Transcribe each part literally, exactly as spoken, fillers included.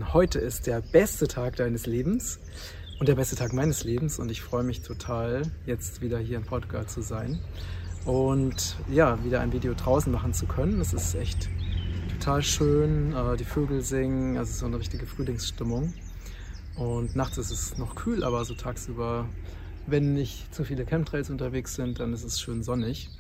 heute ist der beste Tag deines Lebens und der beste Tag meines Lebens und ich freue mich total, jetzt wieder hier in Portugal zu sein und ja, wieder ein Video draußen machen zu können. Es ist echt total schön, die Vögel singen, also es ist so eine richtige Frühlingsstimmung und nachts ist es noch kühl, aber so tagsüber, wenn nicht zu viele Chemtrails unterwegs sind, dann ist es schön sonnig.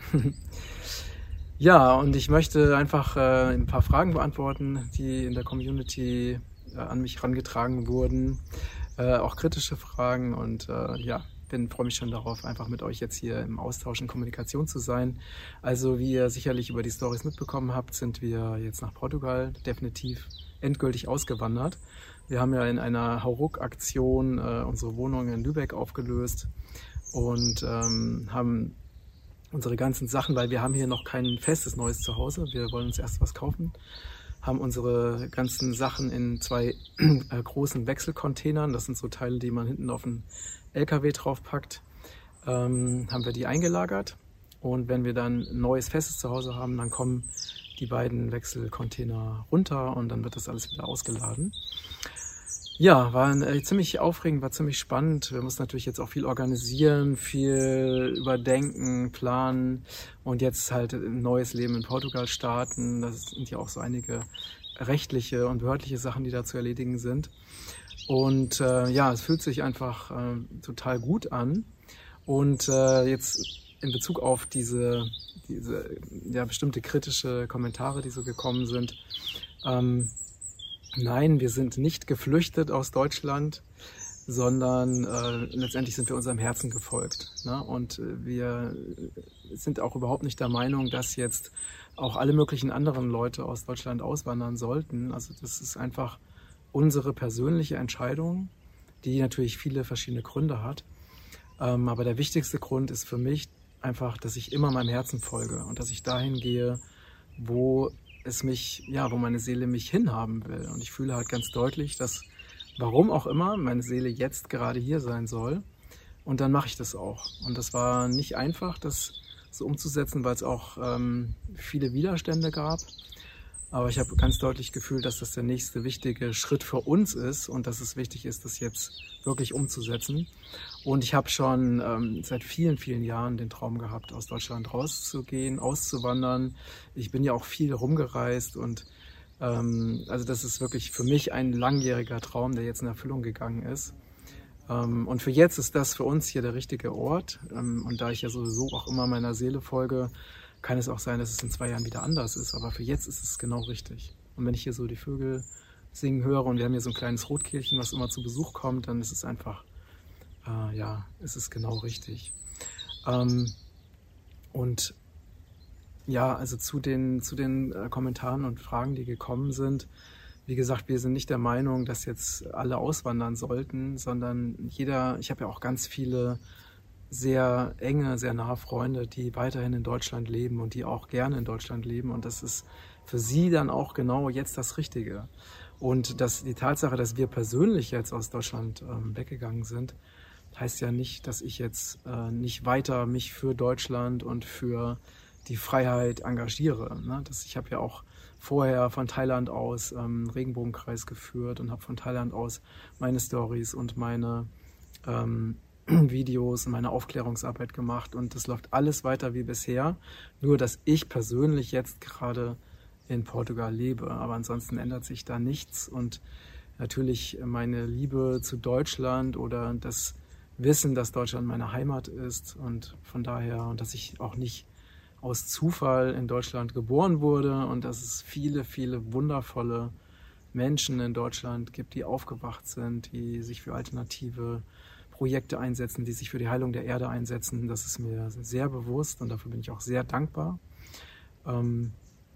Ja, und ich möchte einfach äh, ein paar Fragen beantworten, die in der Community äh, an mich herangetragen wurden, äh, auch kritische Fragen und äh, ja, bin freue mich schon darauf, einfach mit euch jetzt hier im Austausch und Kommunikation zu sein. Also wie ihr sicherlich über die Stories mitbekommen habt, sind wir jetzt nach Portugal definitiv endgültig ausgewandert. Wir haben ja in einer Hauruck-Aktion äh, unsere Wohnung in Lübeck aufgelöst und ähm, haben unsere ganzen Sachen, weil wir haben hier noch kein festes neues Zuhause. Wir wollen uns erst was kaufen, haben unsere ganzen Sachen in zwei äh, großen Wechselcontainern, das sind so Teile, die man hinten auf den L K W draufpackt, ähm, haben wir die eingelagert. Und wenn wir dann ein neues festes Zuhause haben, dann kommen die beiden Wechselcontainer runter und dann wird das alles wieder ausgeladen. Ja, war äh, ziemlich aufregend, war ziemlich spannend. Wir mussten natürlich jetzt auch viel organisieren, viel überdenken, planen und jetzt halt ein neues Leben in Portugal starten. Das sind ja auch so einige rechtliche und behördliche Sachen, die da zu erledigen sind. Und äh, ja, es fühlt sich einfach äh, total gut an. Und äh, jetzt in Bezug auf diese, diese ja, bestimmte kritische Kommentare, die so gekommen sind, ähm, nein, wir sind nicht geflüchtet aus Deutschland, sondern äh, letztendlich sind wir unserem Herzen gefolgt. Ne? Und äh, wir sind auch überhaupt nicht der Meinung, dass jetzt auch alle möglichen anderen Leute aus Deutschland auswandern sollten. Also das ist einfach unsere persönliche Entscheidung, die natürlich viele verschiedene Gründe hat. Ähm, aber der wichtigste Grund ist für mich einfach, dass ich immer meinem Herzen folge und dass ich dahin gehe, wo es mich, ja, wo meine Seele mich hinhaben will. Und ich fühle halt ganz deutlich, dass, warum auch immer, meine Seele jetzt gerade hier sein soll. Und dann mache ich das auch. Und das war nicht einfach, das so umzusetzen, weil es auch ähm, viele Widerstände gab. Aber ich habe ganz deutlich gefühlt, dass das der nächste wichtige Schritt für uns ist und dass es wichtig ist, das jetzt wirklich umzusetzen. Und ich habe schon ähm, seit vielen, vielen Jahren den Traum gehabt, aus Deutschland rauszugehen, auszuwandern. Ich bin ja auch viel rumgereist und ähm, also das ist wirklich für mich ein langjähriger Traum, der jetzt in Erfüllung gegangen ist. Ähm, und für jetzt ist das für uns hier der richtige Ort. Ähm, und da ich ja sowieso auch immer meiner Seele folge, kann es auch sein, dass es in zwei Jahren wieder anders ist. Aber für jetzt ist es genau richtig. Und wenn ich hier so die Vögel singen höre und wir haben hier so ein kleines Rotkehlchen, was immer zu Besuch kommt, dann ist es einfach, äh, ja, ist es genau richtig. Ähm, und ja, also zu den, zu den äh, Kommentaren und Fragen, die gekommen sind. Wie gesagt, wir sind nicht der Meinung, dass jetzt alle auswandern sollten, sondern jeder, ich habe ja auch ganz viele sehr enge, sehr nahe Freunde, die weiterhin in Deutschland leben und die auch gerne in Deutschland leben. Und das ist für sie dann auch genau jetzt das Richtige. Und dass die Tatsache, dass wir persönlich jetzt aus Deutschland ähm, weggegangen sind, heißt ja nicht, dass ich jetzt äh, nicht weiter mich für Deutschland und für die Freiheit engagiere. Ne? Das, ich habe ja auch vorher von Thailand aus ähm, Regenbogenkreis geführt und habe von Thailand aus meine Stories und meine ähm, Videos und meine Aufklärungsarbeit gemacht und das läuft alles weiter wie bisher, nur dass ich persönlich jetzt gerade in Portugal lebe, aber ansonsten ändert sich da nichts und natürlich meine Liebe zu Deutschland oder das Wissen, dass Deutschland meine Heimat ist und von daher und dass ich auch nicht aus Zufall in Deutschland geboren wurde und dass es viele, viele wundervolle Menschen in Deutschland gibt, die aufgewacht sind, die sich für alternative Projekte einsetzen, die sich für die Heilung der Erde einsetzen. Das ist mir sehr bewusst und dafür bin ich auch sehr dankbar. Und,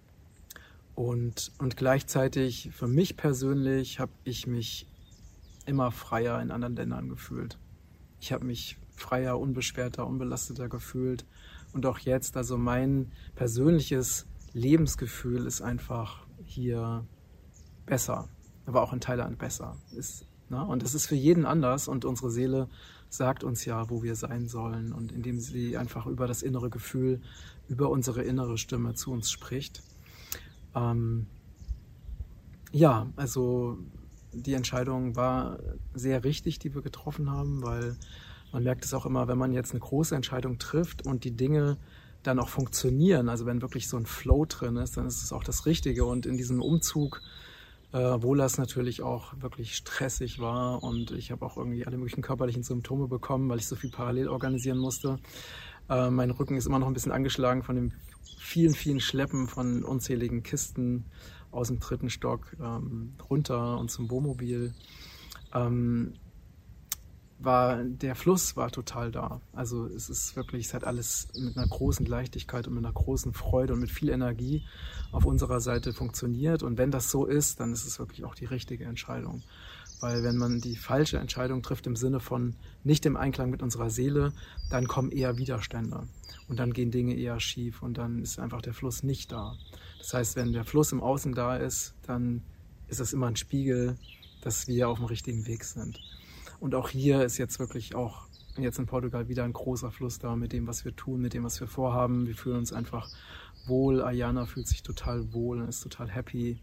und gleichzeitig für mich persönlich habe ich mich immer freier in anderen Ländern gefühlt. Ich habe mich freier, unbeschwerter, unbelasteter gefühlt. Und auch jetzt, also mein persönliches Lebensgefühl ist einfach hier besser, aber auch in Thailand besser. Ist Und das ist für jeden anders und unsere Seele sagt uns ja, wo wir sein sollen und indem sie einfach über das innere Gefühl, über unsere innere Stimme zu uns spricht. Ähm, ja, also die Entscheidung war sehr richtig, die wir getroffen haben, weil man merkt es auch immer, wenn man jetzt eine große Entscheidung trifft und die Dinge dann auch funktionieren, also wenn wirklich so ein Flow drin ist, dann ist es auch das Richtige. Und in diesem Umzug, äh, obwohl das natürlich auch wirklich stressig war und ich habe auch irgendwie alle möglichen körperlichen Symptome bekommen, weil ich so viel parallel organisieren musste. Äh, mein Rücken ist immer noch ein bisschen angeschlagen von dem vielen, vielen Schleppen von unzähligen Kisten aus dem dritten Stock ähm, runter und zum Wohnmobil. Ähm, war der Fluss war total da. Also es ist wirklich, es hat alles mit einer großen Leichtigkeit und mit einer großen Freude und mit viel Energie auf unserer Seite funktioniert. Und wenn das so ist, dann ist es wirklich auch die richtige Entscheidung. Weil wenn man die falsche Entscheidung trifft im Sinne von nicht im Einklang mit unserer Seele, dann kommen eher Widerstände und dann gehen Dinge eher schief und dann ist einfach der Fluss nicht da. Das heißt, wenn der Fluss im Außen da ist, dann ist das immer ein Spiegel, dass wir auf dem richtigen Weg sind. Und auch hier ist jetzt wirklich auch jetzt in Portugal wieder ein großer Fluss da mit dem, was wir tun, mit dem, was wir vorhaben. Wir fühlen uns einfach wohl. Ayana fühlt sich total wohl und ist total happy.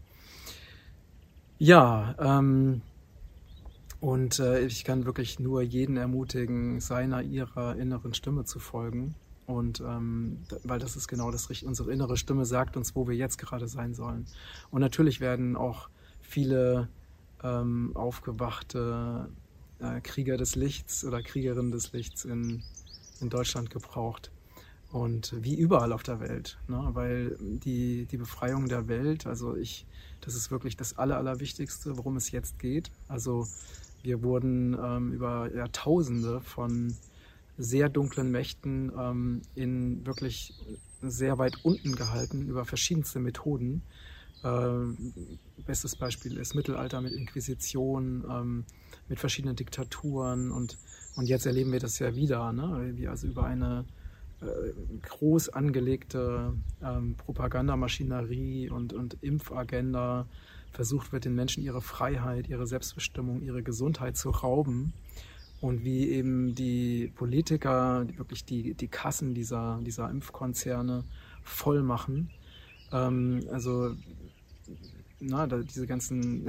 Ja, ähm, und äh, ich kann wirklich nur jeden ermutigen, seiner, ihrer inneren Stimme zu folgen. Und ähm, weil das ist genau das Richtige. Unsere innere Stimme sagt uns, wo wir jetzt gerade sein sollen. Und natürlich werden auch viele ähm, aufgewachte äh, Krieger des Lichts oder Kriegerinnen des Lichts in, in Deutschland gebraucht. Und wie überall auf der Welt, ne? Weil die, die Befreiung der Welt, also ich, das ist wirklich das Aller, Allerwichtigste, worum es jetzt geht. Also wir wurden ähm, über Jahrtausende von sehr dunklen Mächten ähm, in wirklich sehr weit unten gehalten über verschiedenste Methoden. Äh, bestes Beispiel ist Mittelalter mit Inquisition, ähm, mit verschiedenen Diktaturen und, und jetzt erleben wir das ja wieder, ne? Wie also über eine äh, groß angelegte ähm, Propagandamaschinerie und, und Impfagenda versucht wird, den Menschen ihre Freiheit, ihre Selbstbestimmung, ihre Gesundheit zu rauben. Und wie eben die Politiker die wirklich die, die Kassen dieser, dieser Impfkonzerne voll machen. Ähm, also na, da, diese ganzen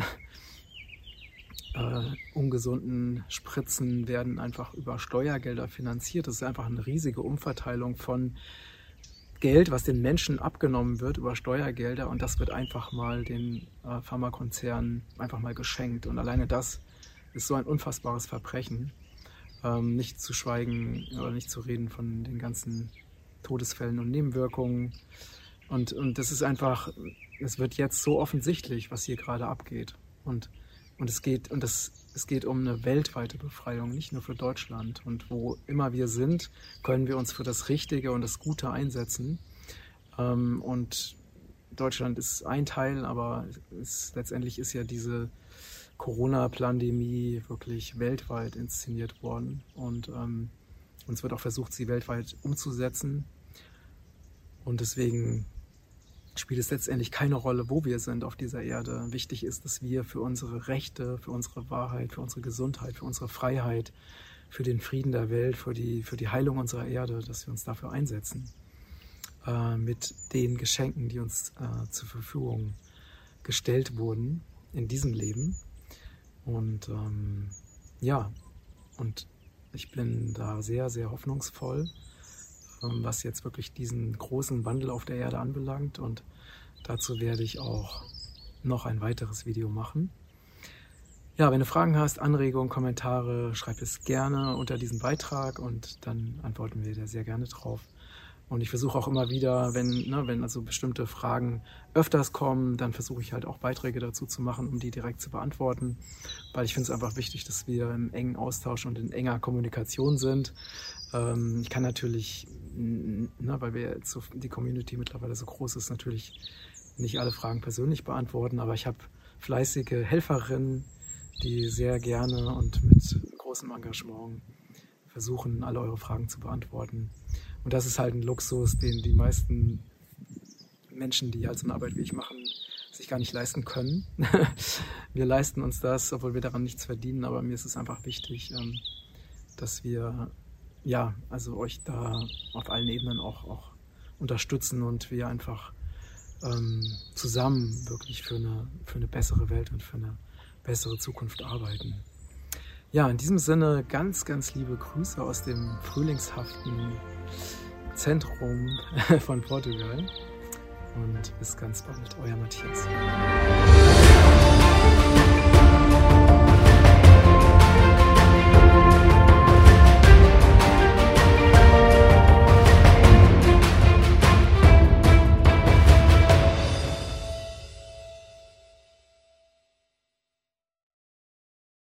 äh, ungesunden Spritzen werden einfach über Steuergelder finanziert. Das ist einfach eine riesige Umverteilung von Geld, was den Menschen abgenommen wird über Steuergelder. Und das wird einfach mal den äh, Pharmakonzernen einfach mal geschenkt. Und alleine das ist so ein unfassbares Verbrechen. Ähm, nicht zu schweigen oder nicht zu reden von den ganzen Todesfällen und Nebenwirkungen. Und, und das ist einfach, es wird jetzt so offensichtlich, was hier gerade abgeht. Und, und, es, geht, und das, es geht um eine weltweite Befreiung, nicht nur für Deutschland. Und wo immer wir sind, können wir uns für das Richtige und das Gute einsetzen. Ähm, und Deutschland ist ein Teil, aber es, letztendlich ist ja diese Corona-Pandemie wirklich weltweit inszeniert worden und ähm, uns wird auch versucht, sie weltweit umzusetzen und deswegen spielt es letztendlich keine Rolle, wo wir sind auf dieser Erde. Wichtig ist, dass wir für unsere Rechte, für unsere Wahrheit, für unsere Gesundheit, für unsere Freiheit, für den Frieden der Welt, für die, für die Heilung unserer Erde, dass wir uns dafür einsetzen, äh, mit den Geschenken, die uns äh, zur Verfügung gestellt wurden in diesem Leben. Und ähm, ja, und ich bin da sehr, sehr hoffnungsvoll, ähm, was jetzt wirklich diesen großen Wandel auf der Erde anbelangt. Und dazu werde ich auch noch ein weiteres Video machen. Ja, wenn du Fragen hast, Anregungen, Kommentare, schreib es gerne unter diesem Beitrag und dann antworten wir da sehr gerne drauf. Und ich versuche auch immer wieder, wenn, ne, wenn also bestimmte Fragen öfters kommen, dann versuche ich halt auch Beiträge dazu zu machen, um die direkt zu beantworten. Weil ich finde es einfach wichtig, dass wir im engen Austausch und in enger Kommunikation sind. Ähm, ich kann natürlich, ne, weil wir jetzt so, die Community mittlerweile so groß ist, natürlich nicht alle Fragen persönlich beantworten. Aber ich habe fleißige Helferinnen, die sehr gerne und mit großem Engagement versuchen, alle eure Fragen zu beantworten. Und das ist halt ein Luxus, den die meisten Menschen, die halt so eine Arbeit wie ich machen, sich gar nicht leisten können. Wir leisten uns das, obwohl wir daran nichts verdienen, aber mir ist es einfach wichtig, dass wir ja, also euch da auf allen Ebenen auch, auch unterstützen und wir einfach ähm, zusammen wirklich für eine, für eine bessere Welt und für eine bessere Zukunft arbeiten. Ja, in diesem Sinne ganz, ganz liebe Grüße aus dem frühlingshaften Zentrum von Portugal und bis ganz bald, euer Matthias.